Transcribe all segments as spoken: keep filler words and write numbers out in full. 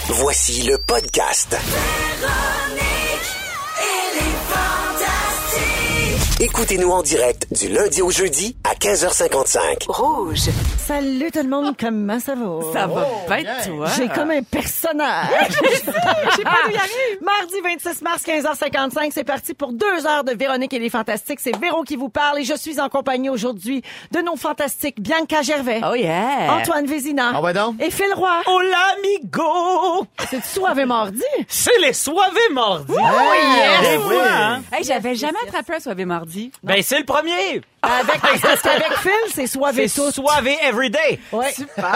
Voici le podcast. Écoutez-nous en direct du lundi au jeudi à quinze heures cinquante-cinq. Rouge. Salut tout le monde, comment ça va? Ça va Oh, bien, bien. toi? J'ai comme un personnage. Je sais pas d'où il arrive. Mardi vingt-six mars, quinze heures cinquante-cinq, c'est parti pour deux heures de Véronique et les Fantastiques. C'est Véro qui vous parle et je suis en compagnie aujourd'hui de nos fantastiques Bianca Gervais, Oh yeah. Antoine Vézina Ah ouais donc? et Phil Roy. Hola, amigo! C'est soirée mardi? C'est les soivés mardis. Oh yes! Et voilà, hein? Hey, j'avais jamais attrapé un soirée mardi. Ben, c'est le premier! Avec, parce qu'avec Phil, c'est soirée C'est tout. soivé everyday. Ouais.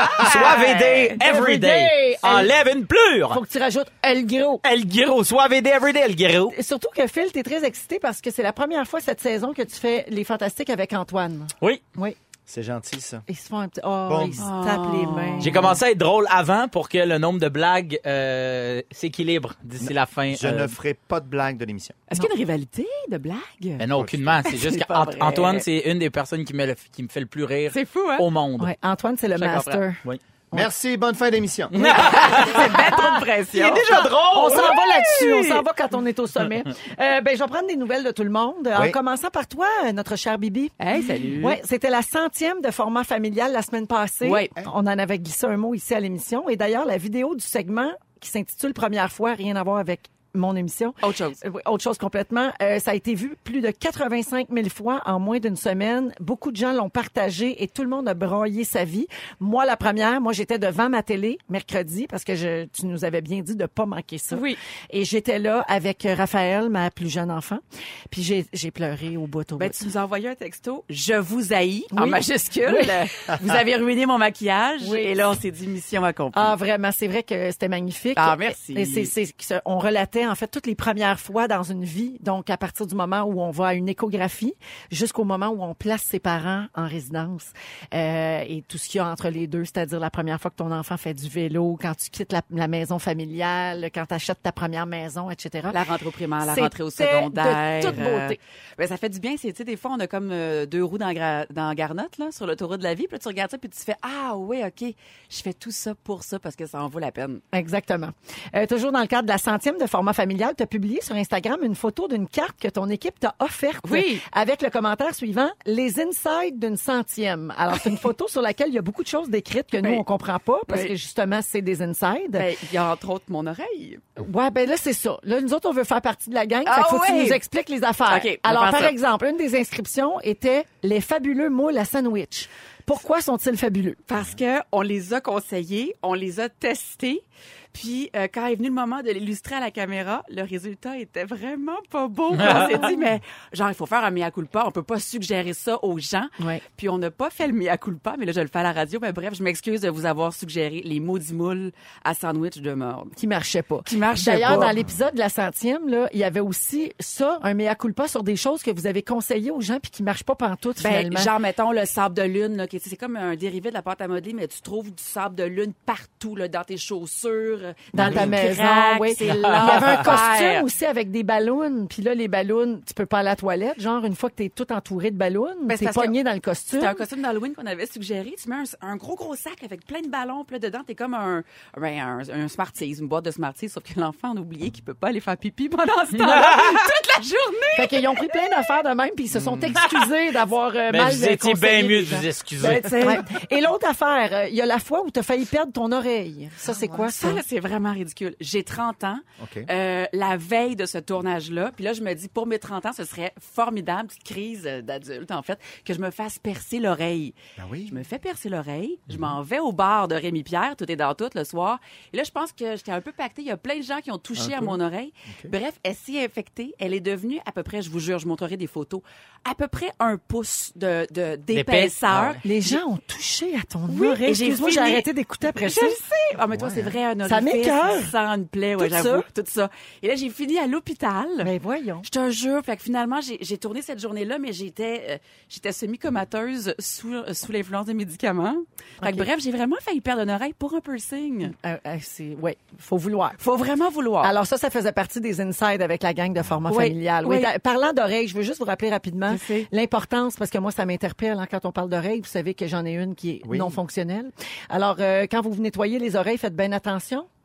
Soivé day everyday. Everyday. Enlève une plure. Faut que tu rajoutes El Gros. El Giro. Soivé day everyday, El Giro. Et surtout que Phil, t'es très excité parce que c'est la première fois cette saison que tu fais les Fantastiques avec Antoine. Oui. Oui. C'est gentil, ça. Ils se font un petit... Oh, Bon. ils se tapent les mains. J'ai commencé à être drôle avant pour que le nombre de blagues euh, s'équilibre d'ici la fin. Je euh, ne ferai pas de blague de l'émission. Est-ce qu'il y a une rivalité de blagues? Mais non, aucunement. C'est juste C'est pas vrai. qu'Antoine, c'est une des personnes qui me, le- qui me fait le plus rire C'est fou, hein? au monde. Ouais, Antoine, c'est le Je master. comprends. Oui. Merci, bonne fin d'émission. C'est bien trop de pression. C'est déjà drôle! On s'en va là-dessus, on s'en va quand on est au sommet. Euh, ben, je vais prendre des nouvelles de tout le monde. En Oui. commençant par toi, notre cher Bibi. Hey, salut. Ouais, c'était la centième de format familial la semaine passée. Ouais. On en avait glissé un mot ici à l'émission. Et d'ailleurs, la vidéo du segment qui s'intitule Première fois, rien à voir avec mon émission. Autre chose. Euh, oui, autre chose complètement. Euh, ça a été vu plus de quatre-vingt-cinq mille fois en moins d'une semaine. Beaucoup de gens l'ont partagé et tout le monde a broyé sa vie. Moi, la première, moi, j'étais devant ma télé mercredi parce que je, tu nous avais bien dit de pas manquer ça. Oui. Et j'étais là avec Raphaël, ma plus jeune enfant. Puis j'ai, j'ai pleuré au bout au Ben, bout. tu nous as envoyé un texto. Je vous haïs, en Oui. majuscule. Vous avez ruiné mon maquillage. Oui. Et là, on s'est dit mission accomplie. Ah, vraiment, c'est vrai que c'était magnifique. Ah, merci. Et c'est, c'est, c'est- on relatait, en fait, toutes les premières fois dans une vie. Donc, à partir du moment où on va à une échographie jusqu'au moment où on place ses parents en résidence. Euh, et tout ce qu'il y a entre les deux, c'est-à-dire la première fois que ton enfant fait du vélo, quand tu quittes la, la maison familiale, quand tu achètes ta première maison, et cetera. La rentrée au primaire, la C'était rentrée au secondaire. de toute beauté. Euh, ben, ça fait du bien. C'est, tu sais, des fois, on a comme euh, deux roues dans, gra- dans Garnotte, là, sur l'autoroute de la vie. Puis là, tu regardes ça, puis tu fais, ah oui, OK, je fais tout ça pour ça parce que ça en vaut la peine. Exactement. Euh, toujours dans le cadre de la centième de format familial, tu as publié sur Instagram une photo d'une carte que ton équipe t'a offerte Oui. avec le commentaire suivant « Les insides d'une centième ». Alors, c'est une photo sur laquelle il y a beaucoup de choses décrites que nous, Oui. on comprend pas parce Oui. que justement, c'est des insides. Ben, il y a entre autres mon oreille. Ouais, ben là, c'est ça. Là, nous autres, on veut faire partie de la gang. Ah fait qu'il faut que tu oui. nous expliques les affaires. OK, on va Alors, faire par ça. exemple, une des inscriptions était « Les fabuleux moules à sandwich ». Pourquoi sont-ils fabuleux? Parce que on les a conseillés, on les a testés. Puis, euh, quand est venu le moment de l'illustrer à la caméra, le résultat était vraiment pas beau. Puis on s'est dit, mais genre, il faut faire un mea culpa. On peut pas suggérer ça aux gens. Ouais. Puis, on n'a pas fait le mea culpa, mais là, je le fais à la radio. Mais bref, je m'excuse de vous avoir suggéré les maudits moules à sandwich de merde. Qui marchait pas. Qui marchait D'ailleurs, pas. dans l'épisode de la centième, là, il y avait aussi ça, un mea culpa sur des choses que vous avez conseillées aux gens puis qui marchent pas pantoute, Ben, finalement. genre, mettons, le sable de lune, là, qui est- c'est comme un dérivé de la pâte à modeler, mais tu trouves du sable de lune partout, là, dans tes chaussures, dans ta les maison, craques, oui. c'est Il y avait un l'enfer. costume aussi avec des ballons, puis là, les ballons, tu peux pas aller à la toilette, genre, une fois que t'es tout entouré de ballons, Ben, c'est t'es parce que pogné dans le costume. C'était un costume d'Halloween qu'on avait suggéré. Tu mets un, un gros, gros sac avec plein de ballons. Puis là, dedans, t'es comme un, ben, un, un Smarties, une boîte de Smarties. Sauf que l'enfant a oublié qu'il peut pas aller faire pipi pendant ce temps-là. toute la journée. Fait qu'ils ont pris plein d'affaires de même, puis ils se sont excusés d'avoir euh, Ben, mal vous étiez conseillé bien mieux les de gens. vous excuser. Ben, tu sais. Ouais. Et l'autre affaire, euh, il y a la fois où t'as failli perdre ton oreille. Ça, c'est quoi, ça? Ça, là, c'est vraiment ridicule. J'ai trente ans. OK. Euh, la veille de ce tournage-là. Puis là, je me dis, pour mes trente ans, ce serait formidable, petite crise euh, d'adulte, en fait, que je me fasse percer l'oreille. Ben oui. Je me fais percer l'oreille. Je m'en vais au bar de Rémi Pierre, tout est dans tout, le soir. Et là, je pense que j'étais un peu pactée. Il y a plein de gens qui ont touché Un à peu. mon oreille. Bref, elle s'est infectée. Elle est devenue à peu près, je vous jure, je montrerai des photos, à peu près un pouce de, de, d'épaisseur. Ah ouais. Les gens ont touché à ton Oui, oreille. et j'ai Excuse-moi, j'ai fini- arrêté d'écouter après Je ça. le sais. Ah, mais toi, c'est vrai, un Ça orifice m'écoeure. sans une plaie, ouais, Tout j'avoue. ça. Tout ça. Et là, j'ai fini à l'hôpital. Ben voyons. Je te jure, fait que finalement j'ai, j'ai tourné cette journée-là, mais j'étais euh, j'étais semi-comateuse sous euh, sous l'influence des médicaments. Fait que Ok. bref, j'ai vraiment failli perdre une oreille pour un piercing. Euh, euh, c'est, ouais, faut vouloir. Faut vraiment vouloir. Alors ça, ça faisait partie des insides avec la gang de format Oui, familial. Oui. oui. da- Parlant d'oreilles, je veux juste vous rappeler rapidement Je sais. l'importance, parce que moi, ça m'interpelle hein, quand on parle d'oreilles. Vous savez que j'en ai une qui est Oui. non fonctionnelle. Alors, euh, quand vous vous nettoyez les oreilles, faites bien attention.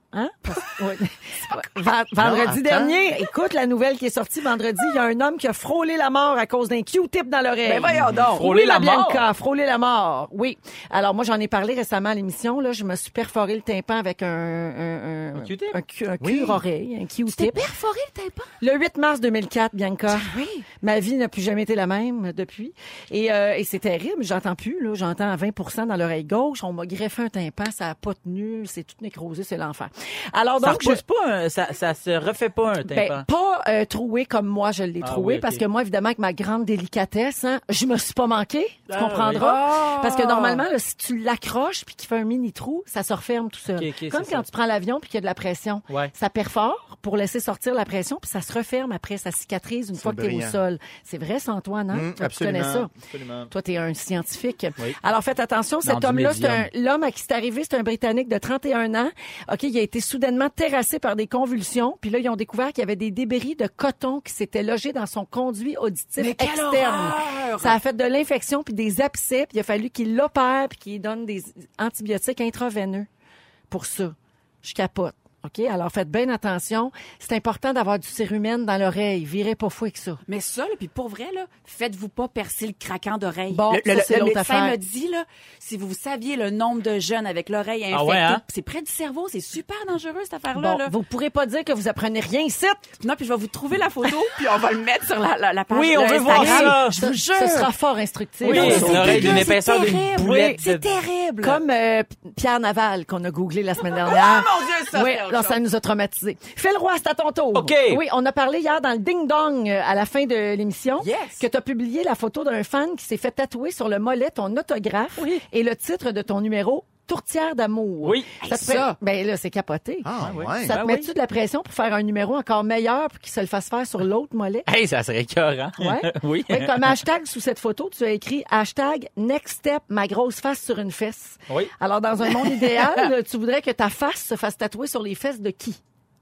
Hein? Parce- ouais. Ven- vendredi attends. dernier, écoute la nouvelle qui est sortie vendredi, il y a un homme qui a frôlé la mort à cause d'un Q-tip dans l'oreille. Ben voyons donc. Frôler Oui, la ma mort? Bianca, frôler la mort. Oui. Alors moi j'en ai parlé récemment à l'émission là, je me suis perforé le tympan avec un un un, Un Q-tip? un, Q- un Oui. cure-oreille, un T'es Q-tip. perforé le tympan? Le huit mars deux mille quatre, Bianca. Oui. Ma vie n'a plus jamais été la même depuis. Et, euh, et c'est terrible, j'entends plus, là. J'entends à vingt pour cent dans l'oreille gauche. On m'a greffé un tympan, ça a pas tenu, c'est tout nécrosé, c'est l'enfer. Alors Ça donc, repousse pas, un- ça, ça se refait pas un tympan. ben, pas euh, troué comme moi je l'ai Ah troué, oui, ok. parce que moi, évidemment, avec ma grande délicatesse, hein, je me suis pas manqué, tu Ah, comprendras. oui. Parce que Ah. normalement, là, si tu l'accroches puis qu'il fait un mini trou, ça se referme tout seul. Ok, ok, comme c'est quand ça. tu prends l'avion puis qu'il y a de la pression. Ouais. Ça perfore pour laisser sortir la pression puis ça se referme après, ça cicatrise une fois que tu es au brillant. sol. C'est vrai, c'est Antoine, hein? Hum, Toi, tu connais absolument. ça. Absolument. Toi, tu es un scientifique. Oui. Alors, faites attention, cet du homme-là, c'est un, médium. l'homme à qui c'est arrivé, c'est un Britannique de trente et un ans. OK, il a été soudainement terrassé par des convulsions. Puis là, ils ont découvert qu'il y avait des débris de coton qui s'étaient logés dans son conduit auditif Mais quelle externe. horreur! Ça a fait de l'infection puis des abcès. Puis il a fallu qu'il l'opère puis qu'il donne des antibiotiques intraveineux pour ça. Je capote. OK? Alors, faites bien attention. C'est important d'avoir du cérumen dans l'oreille. Virez pas fou avec ça. Mais ça, là, puis pour vrai, là, faites-vous pas percer le craquant d'oreille. Bon, le, ça, le- c'est le l'autre médecin affaire. me dit, là, si vous saviez le nombre de jeunes avec l'oreille infectée, Ah ouais, hein? c'est près du cerveau, c'est super dangereux, cette affaire-là. Bon, là. vous pourrez pas dire que vous apprenez rien ici. Non, puis je vais vous trouver la photo, puis on va le mettre sur la, la, la page Oui, de on veut voir Instagram. ça. Je vous jure. Ce sera fort instructif. Oui, On c'est saura. une oreille d'une C'est épaisseur d'une terrible. boulette. Oui, c'est terrible. Comme euh, Pierre Naval, qu'on a googlé la semaine dernière. Oh, mon Dieu, ça, Oui, c'est autre là, ça chose. nous a traumatisés. Phil Roy, c'est à ton tour. OK. Oui, on a parlé hier dans le Ding Dong euh, à la fin de l'émission. Yes. Que tu as publié la photo d'un fan qui s'est fait tatouer sur le mollet ton autographe Oui. et le titre de ton numéro Tourtière d'amour. Oui. Ça te fait... ça. Ben là, c'est capoté. Ah, oui. ouais. Ça te Ben met-tu oui. de la pression pour faire un numéro encore meilleur pour qu'il se le fasse faire sur l'autre mollet? Hey, ça serait écœurant. Ouais. oui. Oui, comme hashtag sous cette photo, tu as écrit hashtag next step, ma grosse face sur une fesse. Oui. Alors, dans un monde idéal, tu voudrais que ta face se fasse tatouer sur les fesses de qui?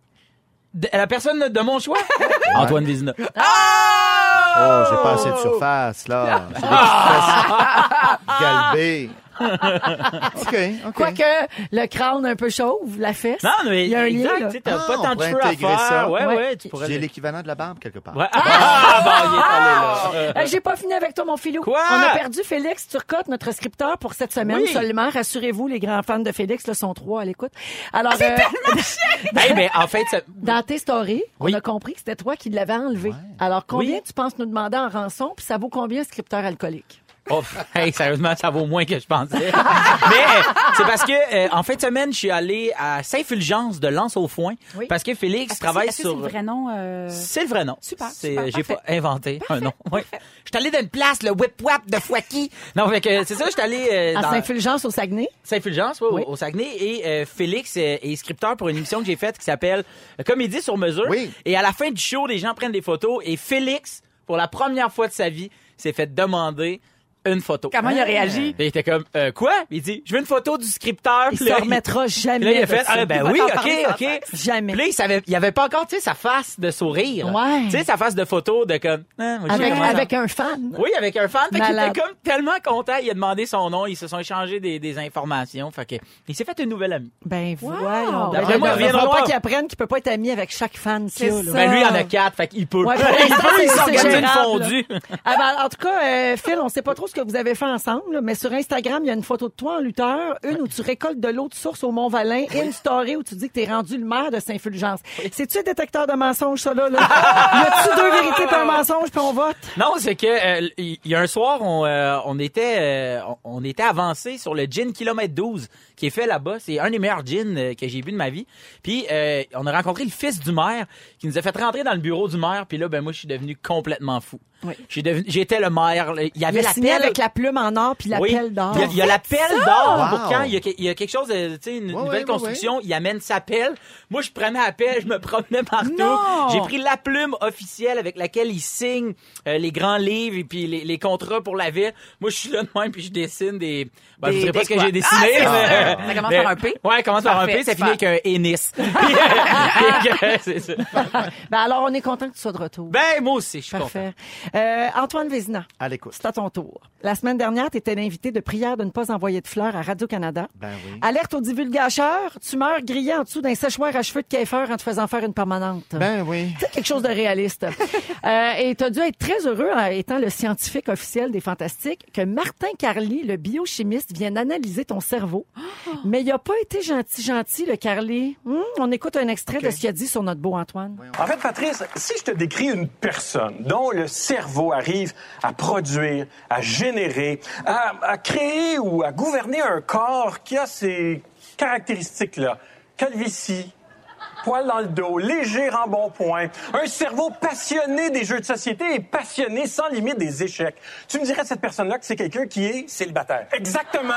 De- la personne de mon choix? Antoine Vézina. Oh, j'ai pas assez de surface, là. J'ai des petites fesses galbées. OK, OK. Quoique, le crâne un peu chauve, la fesse. Non, mais il y a un exact, lien, là. tu sais, t'as Ah, pas on tant de pourrait cheveux à intégrer faire. ça. Ouais, ouais, Ouais. tu pourrais. J'ai l'équivalent de la barbe quelque part. Ouais. Ah, bon, il est allé là. Euh, J'ai pas fini avec toi, mon filou. Quoi? On a perdu Félix Turcotte, notre scripteur, pour cette semaine Oui. seulement. Rassurez-vous, les grands fans de Félix, là, sont trois à l'écoute. Alors, Ah, euh, Hey, ben, en fait, ça- dans tes stories, Oui. on a compris que c'était toi qui l'avais enlevé. Alors, combien Oui. tu penses nous demander en rançon, puis ça vaut combien, scripteur alcoolique? Oh, hey, sérieusement, ça vaut moins que je pensais. Mais euh, c'est parce que euh, en fin de semaine, je suis allé à Saint-Fulgence de Lens-au-Foin Oui. parce que Félix Est-ce que travaille c'est- est-ce que sur. c'est le vrai nom? euh, C'est le vrai nom. Super, C'est, super, j'ai parfait. pas inventé un nom. Oui. Je suis allé dans une place, le Whip Wap de Fouaki. Non, fait que c'est ça, je suis allé euh, À dans Saint-Fulgence, au Saguenay. Saint-Fulgence, ouais, Oui. au, au Saguenay, et euh, Félix euh, est scripteur pour une émission que j'ai faite qui s'appelle Comédie sur mesure. Oui. Et à la fin du show, les gens prennent des photos et Félix, pour la première fois de sa vie, s'est fait demander une photo. Comment il a réagi? Et il était comme, euh, quoi? Il dit, je veux une photo du scripteur. Il Puis se là, remettra jamais. Puis là, il a de fait, ça. ah, ben Il va oui, t'en ok, parler sans ok. faire. Jamais. Puis là, il savait, il avait pas encore, tu sais, sa face de sourire. Ouais. Tu sais, sa face de photo de comme, ah, moi, j'ai Avec, vraiment- avec un fan. Oui, avec un fan. Fait qu'il Malade. était comme tellement content. Il a demandé son nom. Ils se sont échangés des, des informations. Fait que, il s'est fait une nouvelle amie. Ben, Wow. voyons. D'après Ben, moi, il il va reviendra falloir pas. qu'il apprenne qu'il peut pas être ami avec chaque fan qu'il y a, C'est là. ça. Ben, lui, il en a quatre. Fait qu'il peut. Ouais, il pour l'instant, peut, il c'est- s'organise c'est une gérable, fondue. Ah ben, en tout cas, euh, Phil, on sait pas trop ce que vous avez fait ensemble, là, mais sur Instagram, il y a une photo de toi en lutteur, une où tu récoltes de l'eau de source au Mont-Valin et une story où tu dis que t'es rendu le maire de Saint-Fulgence. C'est-tu un détecteur de mensonges, ça, là? là? y a-tu deux vérités et un mensonge, puis on vote? Non, c'est que euh, il y a un soir, on, euh, on était euh, on, on était avancé sur le gin kilomètre douze qui est fait là-bas. C'est un des meilleurs gins euh, que j'ai bu de ma vie. Puis euh, on a rencontré le fils du maire qui nous a fait rentrer dans le bureau du maire. Puis là, ben moi, je suis devenu complètement fou. Oui. J'ai devenu, j'étais le maire. Il y Il avait a la signé pelle. avec la plume en or puis la Oui. pelle d'or. Il y a, il y a la pelle d'or Wow. pour quand il y a, il y a quelque chose, de, tu sais, une Ouais, nouvelle ouais, ouais, construction, il amène sa pelle. Moi, je prenais la pelle, je me promenais partout. Non! J'ai pris la plume officielle avec laquelle il signe euh, les grands livres et puis les, les contrats pour la ville. Moi, je suis là de même puis je dessine des... Ben, je Des- sais pas des ce que quoi? j'ai dessiné. Ah, c'est mais- sûr. Ça commence mais- par un P? Ouais, commence par un Parfait, P, ça super. finit avec un Ennis. Puis, euh, c'est ça. Ben alors, on est content que tu sois de retour. Ben, moi aussi, je suis content. Parfait. Euh, Antoine Vézina, À l'écoute. c'est à ton tour. La semaine dernière, tu étais l'invité de prière de ne pas envoyer de fleurs à Radio-Canada. Ben oui. Alerte aux divulgateurs, tu meurs grillé en dessous d'un séchoir à cheveux de Kiefer en te faisant faire une permanente. Ben oui. C'est quelque chose de réaliste. euh, et tu as dû être très heureux, en étant le scientifique officiel des Fantastiques, que Martin Carly, le biochimiste, vienne analyser ton cerveau. Mais il a pas été gentil, gentil, le Carly. Hum, on écoute un extrait Okay. de ce qu'il a dit sur notre beau Antoine. En fait, Patrice, si je te décris une personne dont le cerveau arrive à produire, à générer, à, à créer ou à gouverner un corps qui a ces caractéristiques-là, calvitie, poil dans le dos, léger embonpoint, un cerveau passionné des jeux de société et passionné sans limite des échecs. Tu me dirais de cette personne-là que c'est quelqu'un qui est célibataire. Exactement.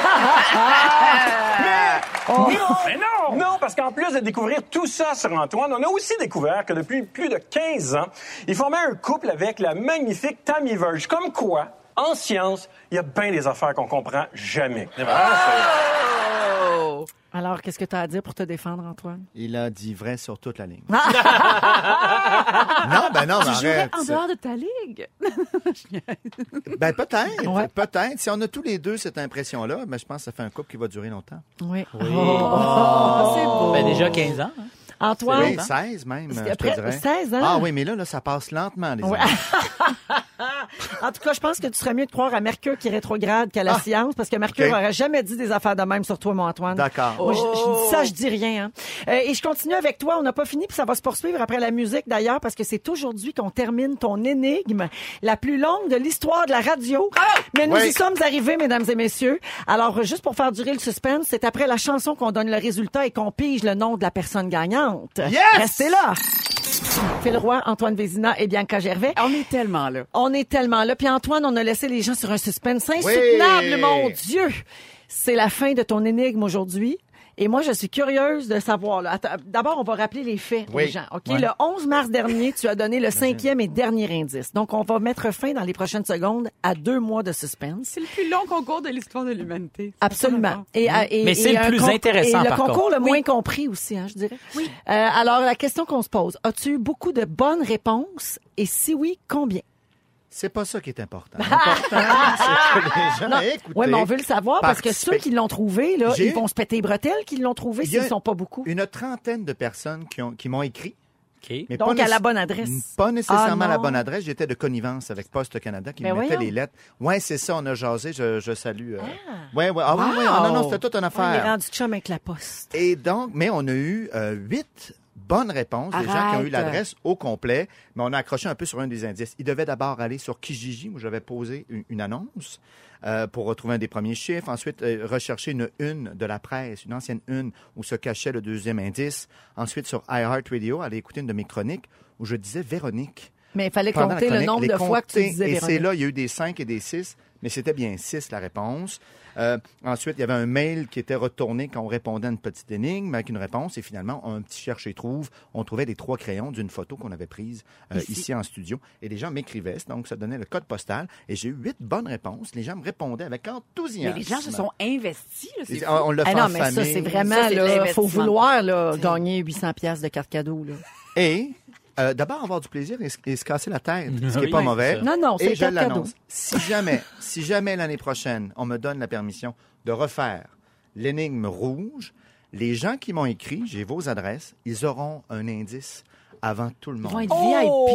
Mais non, mais non, non, parce qu'en plus de découvrir tout ça sur Antoine, on a aussi découvert que depuis plus de quinze ans, il formait un couple avec la magnifique Tammy Verge. Comme quoi, en science, il y a bien des affaires qu'on comprend jamais. Oh! Alors, qu'est-ce que tu as à dire pour te défendre, Antoine? Il a dit vrai sur toute la ligne. non, ben non, mais Tu jouerais arrête. en dehors de ta ligue? Ben peut-être, Ouais. peut-être. Si on a tous les deux cette impression-là, ben je pense que ça fait un couple qui va durer longtemps. Oui. Oui. Oh, c'est beau. Ben, déjà quinze ans. hein. Antoine, Oui, seize même, Parce je qu'après, te dirais. seize ans. Ah oui, mais là, là, ça passe lentement, les Ouais. amis. En tout cas, je pense que tu serais mieux de croire à Mercure qui est rétrograde qu'à la Ah. science, parce que Mercure OK. n'aurait jamais dit des affaires de même sur toi, mon Antoine. D'accord. Moi, je, je dis ça, je dis rien. Hein. Euh, et je continue avec toi. On n'a pas fini, puis ça va se poursuivre après la musique, d'ailleurs, parce que c'est aujourd'hui qu'on termine ton énigme, la plus longue de l'histoire de la radio. Mais nous Oui. y sommes arrivés, mesdames et messieurs. Alors, juste pour faire durer le suspense, c'est après la chanson qu'on donne le résultat et qu'on pige le nom de la personne gagnante. Yes! Restez là. Phil Roy, Antoine Vézina et Bianca Gervais. On est tellement là. On est tellement là. Puis Antoine, on a laissé les gens sur un suspense insoutenable, Oui. mon Dieu! C'est la fin de ton énigme aujourd'hui. Et moi, je suis curieuse de savoir. Là. Attends, d'abord, on va rappeler les faits Oui. aux gens. OK? Ouais. Le onze mars dernier, tu as donné le cinquième et dernier indice. Donc, on va mettre fin dans les prochaines secondes à deux mois de suspense. C'est le plus long concours de l'histoire de l'humanité. C'est Absolument. pas Et, et- Mais et c'est le un plus con- intéressant, Et le par concours contre. le moins compris aussi, hein, je dirais. Oui. Euh, alors, la question qu'on se pose, as-tu eu beaucoup de bonnes réponses? Et si oui, combien? C'est pas ça qui est important. L'important, c'est que les gens aient écouté. Oui, mais on veut le savoir parce que participer. ceux qui l'ont trouvé, là, J'ai- ils vont se péter les bretelles qu'ils l'ont trouvé Il y a s'ils sont pas beaucoup. Une trentaine de personnes qui, ont, qui m'ont écrit. OK. Mais Donc, pas à la nécess- bonne adresse. Pas nécessairement Ah, à la non. bonne adresse. J'étais de connivence avec Poste Canada qui Ben me mettait voyons. les lettres. Ouais, c'est ça, on a jasé. Je, je salue. Euh... Ouais, ouais. Ah, oui, oui. Wow. Ah, non, non, c'était toute une On est affaire. rendu chum avec la poste. Et donc, mais on a eu euh, huit bonnes réponses, des gens qui ont eu Arrête. l'adresse au complet, mais on a accroché un peu sur un des indices. Il devait d'abord aller sur Kijiji, où j'avais posé une, une annonce euh, pour retrouver un des premiers chiffres. Ensuite, euh, rechercher une une de la presse, une ancienne une, où se cachait le deuxième indice. Ensuite, sur iHeartRadio, aller écouter une de mes chroniques, où je disais Véronique. Mais il fallait Pendant la compter le chronique, nombre les de fois que tu compter, disais Et Véronique. c'est là, il y a eu des cinq et des six, mais c'était bien six la réponse. Euh, ensuite, il y avait un mail qui était retourné quand on répondait à une petite énigme avec une réponse. Et finalement, un petit cherche et trouve. On trouvait les trois crayons d'une photo qu'on avait prise euh, Ici. ici. en studio. Et les gens m'écrivaient. Donc, ça donnait le code postal. Et j'ai eu huit bonnes réponses. Les gens me répondaient avec Mais enthousiasme. les gens se sont investis. Là, c'est Et fou. On, on l'a Ah fait non, en mais ça, famille. c'est vraiment, Ça, c'est de là, l'investissement. faut vouloir, là, gagner huit cents piastres de carte cadeau, là. Et euh, d'abord avoir du plaisir et, se- et se casser la tête, ce qui n'est Oui, pas oui, mauvais. c'est Non, non, c'est Et je carte cadeau. l'annonce. Si jamais, si jamais l'année prochaine, on me donne la permission de refaire l'énigme rouge, les gens qui m'ont écrit, j'ai vos adresses, ils auront un indice avant tout le Ils vont monde. être Oh,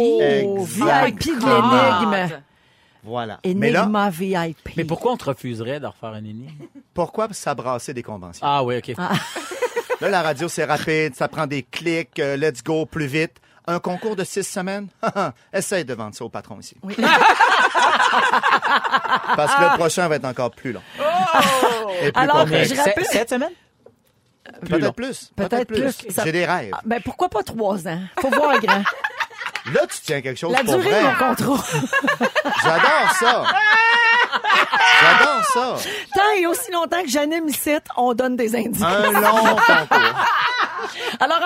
V I P. V I P de Ah. l'énigme. Voilà. Mais là, Enigma V I P. Mais pourquoi on te refuserait de refaire une énigme? pourquoi? Parce que ça brassait des conventions. Ah oui, OK. Là, la radio, c'est rapide, ça prend des clics, euh, let's go, plus vite. Un concours de six semaines? Essaye de vendre ça au patron ici. Parce que le prochain va être encore plus long. Et plus Alors, complexe. je rappelle- Cette semaine? Plus long. Peut-être plus. Peut-être plus. Ça- J'ai des rêves. Ah, ben, pourquoi pas trois ans? Faut voir grand. Là, tu tiens quelque chose La pour durée vrai. de mon contrat. J'adore ça. J'adore ça. Tant et aussi longtemps que j'anime ici, on donne des indices. Un long concours. Alors,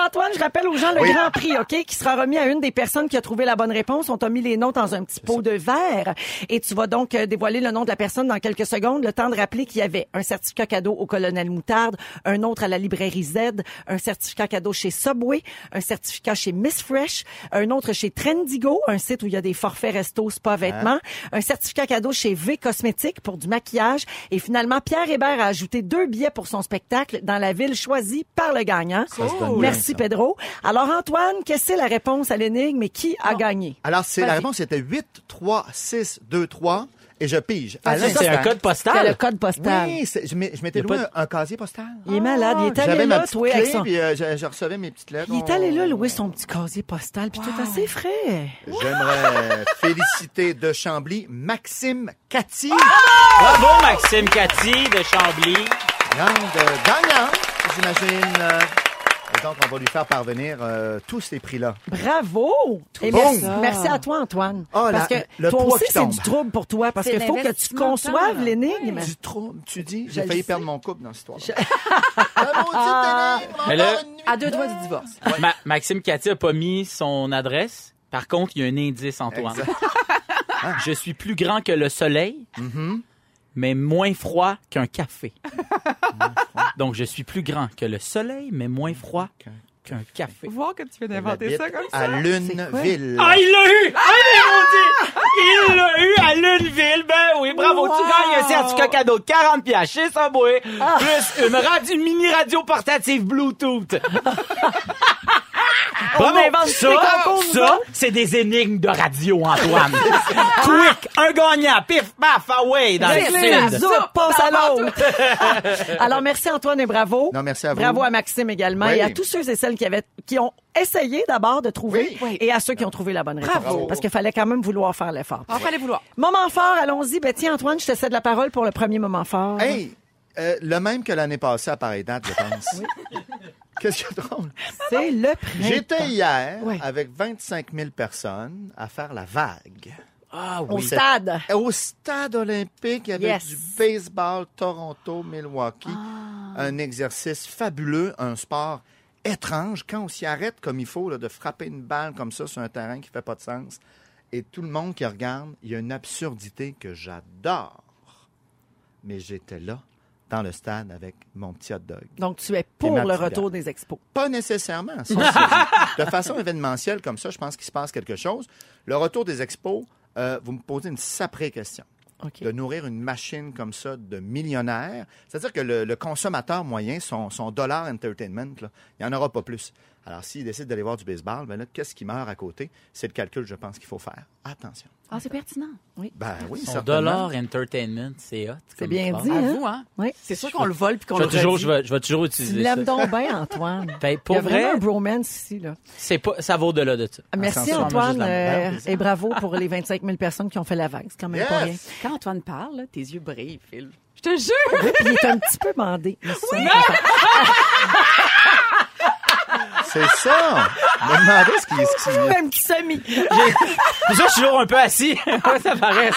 Antoine, je rappelle aux gens le Oui. Grand Prix, OK, qui sera remis à une des personnes qui a trouvé la bonne réponse. On t'a mis les noms dans un petit pot de verre et tu vas donc euh, dévoiler le nom de la personne dans quelques secondes. Le temps de rappeler qu'il y avait un certificat cadeau au Colonel Moutarde, un autre à la librairie Z, un certificat cadeau chez Subway, un certificat chez Miss Fresh, un autre chez Trendigo, un site où il y a des forfaits resto, spa, vêtements, un certificat cadeau chez V Cosmétiques pour du maquillage et finalement Pierre Hébert a ajouté deux billets pour son spectacle dans la ville choisie par le gagnant. Ça se donne bien, Merci ça. Pedro. Alors Antoine, qu'est-ce que c'est la réponse à l'énigme et qui a gagné? Alors, c'est, la Vas-y. réponse était huit, trois, six, deux, trois et je pige. À Vas-y, C'est un l'instant. code C'est le postal. code postal. Oui, c'est- je m'ai- je m'étais Y a loué pas de- un, un casier postal. Il est malade. Il est allé J'avais ma là, petite toi, avec clé, son... puis euh, je, je recevais mes petites lettres. Il est allé là louer son petit casier postal, puis tout assez frais. J'aimerais féliciter de Chambly Maxime Cathy, Bravo, Maxime Cathy de Chambly. grande gagnante, j'imagine. Euh, Et donc, on va lui faire parvenir euh, tous ces prix-là. Bravo! Et Bon. merci, merci à toi, Antoine. Oh, parce la- que le toi poids aussi, qui c'est tombe. du trouble pour toi, parce C'est qu'il faut que tu l'investissement conçoives de temps, là. l'énigme. Du trouble, tu dis? Je J'ai le failli sais. perdre mon couple dans cette histoire. La maudite énigme, Mais là- encore une nuit. À deux doigts du divorce. Ma- Maxime Cathy a pas mis son adresse. Par contre, il y a un indice, Antoine. Exact. Je suis plus grand que le soleil, mais moins froid qu'un café. Donc, je suis plus grand que le soleil, mais moins froid qu'un café. Voir que tu viens d'inventer J'habite ça comme ça. à Luneville. Ah, il l'a eu! Ah, mais mon Dieu! Il l'a eu à Luneville! Ben oui, bravo! Wow! Tu gagnes un certificat cadeau de quarante piastres chez Subway, plus une, radio, une mini radio portative Bluetooth. On Bravo! invente Ça, des concours, nous ça, autres. c'est des énigmes de radio, Antoine. Quick! Un gagnant! Pif, paf, away! Dans C'est le clair, sud. zoup, passe à l'autre. Alors, merci Antoine et bravo. Non, merci à vous. Bravo à Maxime également Oui. et à tous ceux et celles qui avaient, qui ont essayé d'abord de trouver Oui. et à ceux qui ont trouvé la bonne réponse. Bravo. Parce qu'il fallait quand même vouloir faire l'effort. On fallait vouloir. Moment fort, allons-y. Ben, tiens, Antoine, je te cède la parole pour le premier moment fort. Hey, euh, le même que l'année passée à pareille date, je pense. Qu'est-ce qui est drôle? C'est le printemps. J'étais hier Ouais. avec vingt-cinq mille personnes à faire la vague. Ah Au oui. stade. Au stade olympique, il y avait Yes. du baseball Toronto-Milwaukee. Un exercice fabuleux, un sport étrange. Quand on s'y arrête comme il faut, là, de frapper une balle comme ça sur un terrain qui fait pas de sens, et tout le monde qui regarde, il y a une absurdité que j'adore. Mais j'étais là, dans le stade, avec mon petit hot dog. Donc, tu es pour ma le petite retour bière. des expos. Pas nécessairement. Ça, c'est- de façon événementielle comme ça, je pense qu'il se passe quelque chose. Le retour des expos, euh, vous me posez une saprée question. OK. De nourrir une machine comme ça de millionnaire, c'est-à-dire que le, le consommateur moyen, son, son dollar entertainment, là, il n'y en aura pas plus. Alors, s'il décide d'aller voir du baseball, ben là, qu'est-ce qui meurt à côté? C'est le calcul, je pense, qu'il faut faire. Attention. Ah, c'est pertinent. Ben oui, Son certainement. dollar entertainment, c'est hot. C'est comme bien phrase. dit, À hein? vous, hein? Oui. C'est sûr qu'on le vole puis qu'on Je le vais toujours, redit. je vais, je vais toujours Tu utiliser ça. l'aimes donc bien, Antoine. Ben, Il y pour a vraiment vrai, un bromance ici, là. c'est pas, ça va au-delà de ça. Merci, Attention, moi, Antoine, juste dans le euh, verre, c'est ça. et bravo pour les vingt-cinq mille personnes qui ont fait la vague. C'est quand même pas rien. Yes! Quand Antoine parle, là, tes yeux brillent, Phil. Je te jure! Oui, puis il est un petit peu bandé. Mais ça, C'est ça! Je me demandais ce qu'il ce qu'il- un petit semi. Déjà, je suis toujours un peu assis. Ça paraît.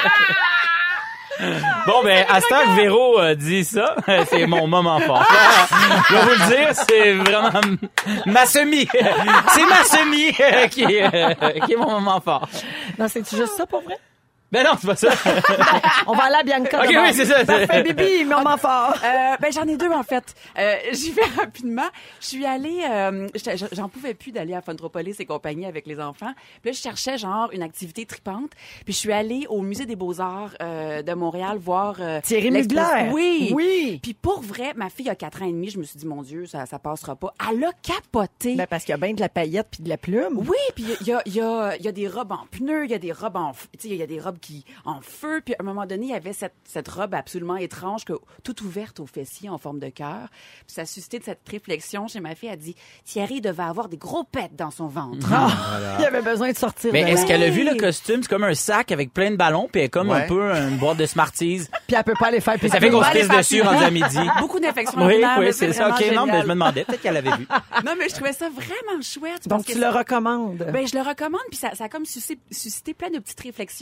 Bon, ben, à ce temps que Véro euh, dit ça, c'est mon moment fort. Je vais vous le dire, c'est vraiment ma semi. C'est ma semi euh, qui, est, euh, qui est mon moment fort. Non, c'est juste ça pour vrai? Ben non, c'est pas ça. On va aller à Bianca. Ok, d'abord. oui, c'est ça. Parfait, Bibi, moment fort. Euh, ben j'en ai deux en fait. Euh, J'y vais rapidement. Je suis allée, euh, j'étais- j'en pouvais plus d'aller à Funtropolis et compagnie avec les enfants. Puis là, je cherchais genre une activité tripante. Puis je suis allée au musée des Beaux-Arts euh, de Montréal voir euh, Thierry l'expo- Mugler. Oui, Oui. Puis pour vrai, ma fille a quatre ans et demi. Je me suis dit mon Dieu, ça ça passera pas. Elle a capoté. Ben, parce qu'il y a bien de la paillette puis de la plume. Oui, puis il y a, il y, a, il y a des robes en pneus, il y a des robes en, f- tu sais, il y a des robes qui en feu. Puis à un moment donné, il y avait cette, cette robe absolument étrange, que, toute ouverte au fessier en forme de cœur. Puis ça a suscité de cette réflexion chez ma fille. Elle dit Thierry devait avoir des gros pets dans son ventre. Il avait besoin de sortir Mais de est-ce là. qu'elle a vu le costume? C'est comme un sac avec plein de ballons, puis elle est comme Ouais. un peu une boîte de Smarties. Puis elle peut pas aller faire Puis ça fait qu'on se pas aller pisse faire dessus plus. rendu à midi. Beaucoup d'infections Oui, urinaires, oui, mais c'est ça. vraiment OK, non, mais génial. je me demandais. Peut-être qu'elle avait vu. Non, mais je trouvais ça vraiment chouette. Donc, parce tu que le ça- recommandes. Ben, je le recommande, puis ça, ça a comme suscité, suscité plein de petites réflexions euh,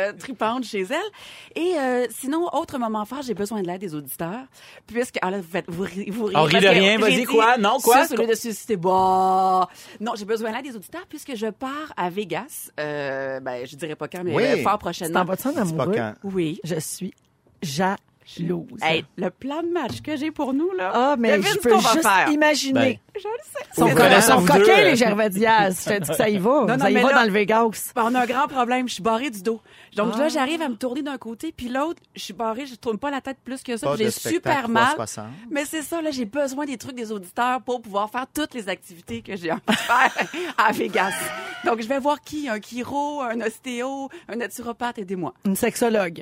euh, tripante chez elle. Et euh, sinon, autre moment fort, j'ai besoin de l'aide des auditeurs. Puisque, ah là, vous faites, vous, ri- vous riez. On rit parce de que rien, vas-y, j'ai dit quoi? Non, quoi? Ça, celui de susciter, bah. Non, j'ai besoin de l'aide des auditeurs puisque je pars à Vegas. Euh, ben, je dirais pas quand, mais Oui. euh, fort T'en prochainement. vas-tu en C'est pas amoureux? quand. Oui. Je suis jalouse. Hey, le plan de match que j'ai pour nous, là. Ah, mais devine je ce peux qu'on va juste faire. imaginer. Je le sais. Ils sont, Vous co- connaissez sont vous coquins, deux. les Gervais Diaz. Je te dis que ça y va. Non, Vous non, allez mais va là- dans le Vegas. Ben, on a un grand problème. Je suis barrée du dos. Donc Ah. là, j'arrive à me tourner d'un côté, puis l'autre, je suis barrée, je tourne pas la tête plus que ça. Pas puis de J'ai spectacle super mal. trois cent soixante. Mais c'est ça, là, j'ai besoin des trucs des auditeurs pour pouvoir faire toutes les activités que j'ai envie de faire à Vegas. Donc, je vais voir qui? Un chiro, un ostéo, un naturopathe. Aidez-moi. Une sexologue.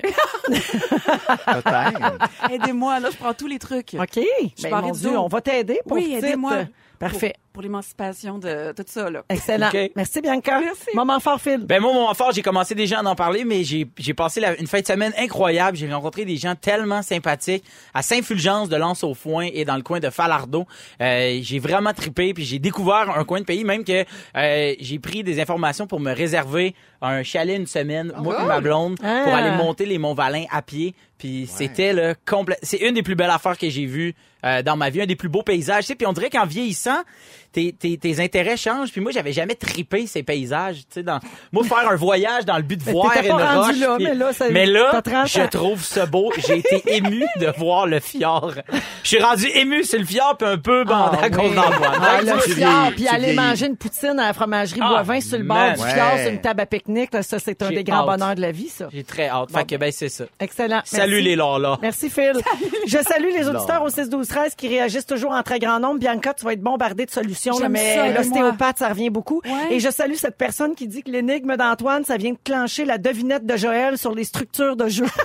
Peut-être. Aidez-moi, là, je prends tous les trucs. OK. Ben, barrée mon du Dieu, dos. on va t'aider pour Oui, aidez-moi. Parfait. Pour, pour l'émancipation de tout ça, là. Excellent. OK. Merci, Bianca. Merci. Moment fort, Phil. Ben moi, mon fort, j'ai commencé déjà à en parler, mais j'ai j'ai passé la- une fin de semaine incroyable. J'ai rencontré des gens tellement sympathiques à Saint-Fulgence de Lens-au-Foin et dans le coin de Falardeau. Euh, j'ai vraiment trippé, puis j'ai découvert un coin de pays, même que euh, j'ai pris des informations pour me réserver un chalet une semaine, moi et ma blonde, Ah. pour aller monter les Monts-Valin à pied. Puis c'était le complet. C'est une des plus belles affaires que j'ai vues euh, dans ma vie, un des plus beaux paysages. Tu sais, puis on dirait qu'en vieillissant, tes, tes, tes intérêts changent. Puis moi, j'avais jamais trippé ces paysages. Tu sais, dans moi faire un voyage dans le but de Mais voir t'étais une pas rendu roche. là, puis- mais là, ça- mais là, t'as trente je ans. trouve ça beau. J'ai été ému de voir le fjord. Je suis rendu ému sur le fjord, puis un peu bandé à cause oui. d'Antoine. Ah, Hein, le tu- fjord, tu puis aller vieillis. manger une poutine à la fromagerie Ah, Boivin sur le bord man. du fjord, Ouais. sur une table à pique-nique. Là, ça, c'est un J'ai des grands hâte. bonheurs de la vie, ça. J'ai très hâte. Fait que ben c'est ça. Excellent. Salut Merci. les Lola. Merci, Phil. Je salue les auditeurs au six douze treize qui réagissent toujours en très grand nombre. Bianca, tu vas être bombardée de solutions, là, J'aime mais ça, l'ostéopathe, ça revient beaucoup. Ouais. Et je salue cette personne qui dit que l'énigme d'Antoine, ça vient de clencher la devinette de Joël sur les structures de jeu.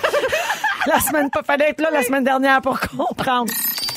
La semaine, pas fallait être là la semaine dernière pour comprendre.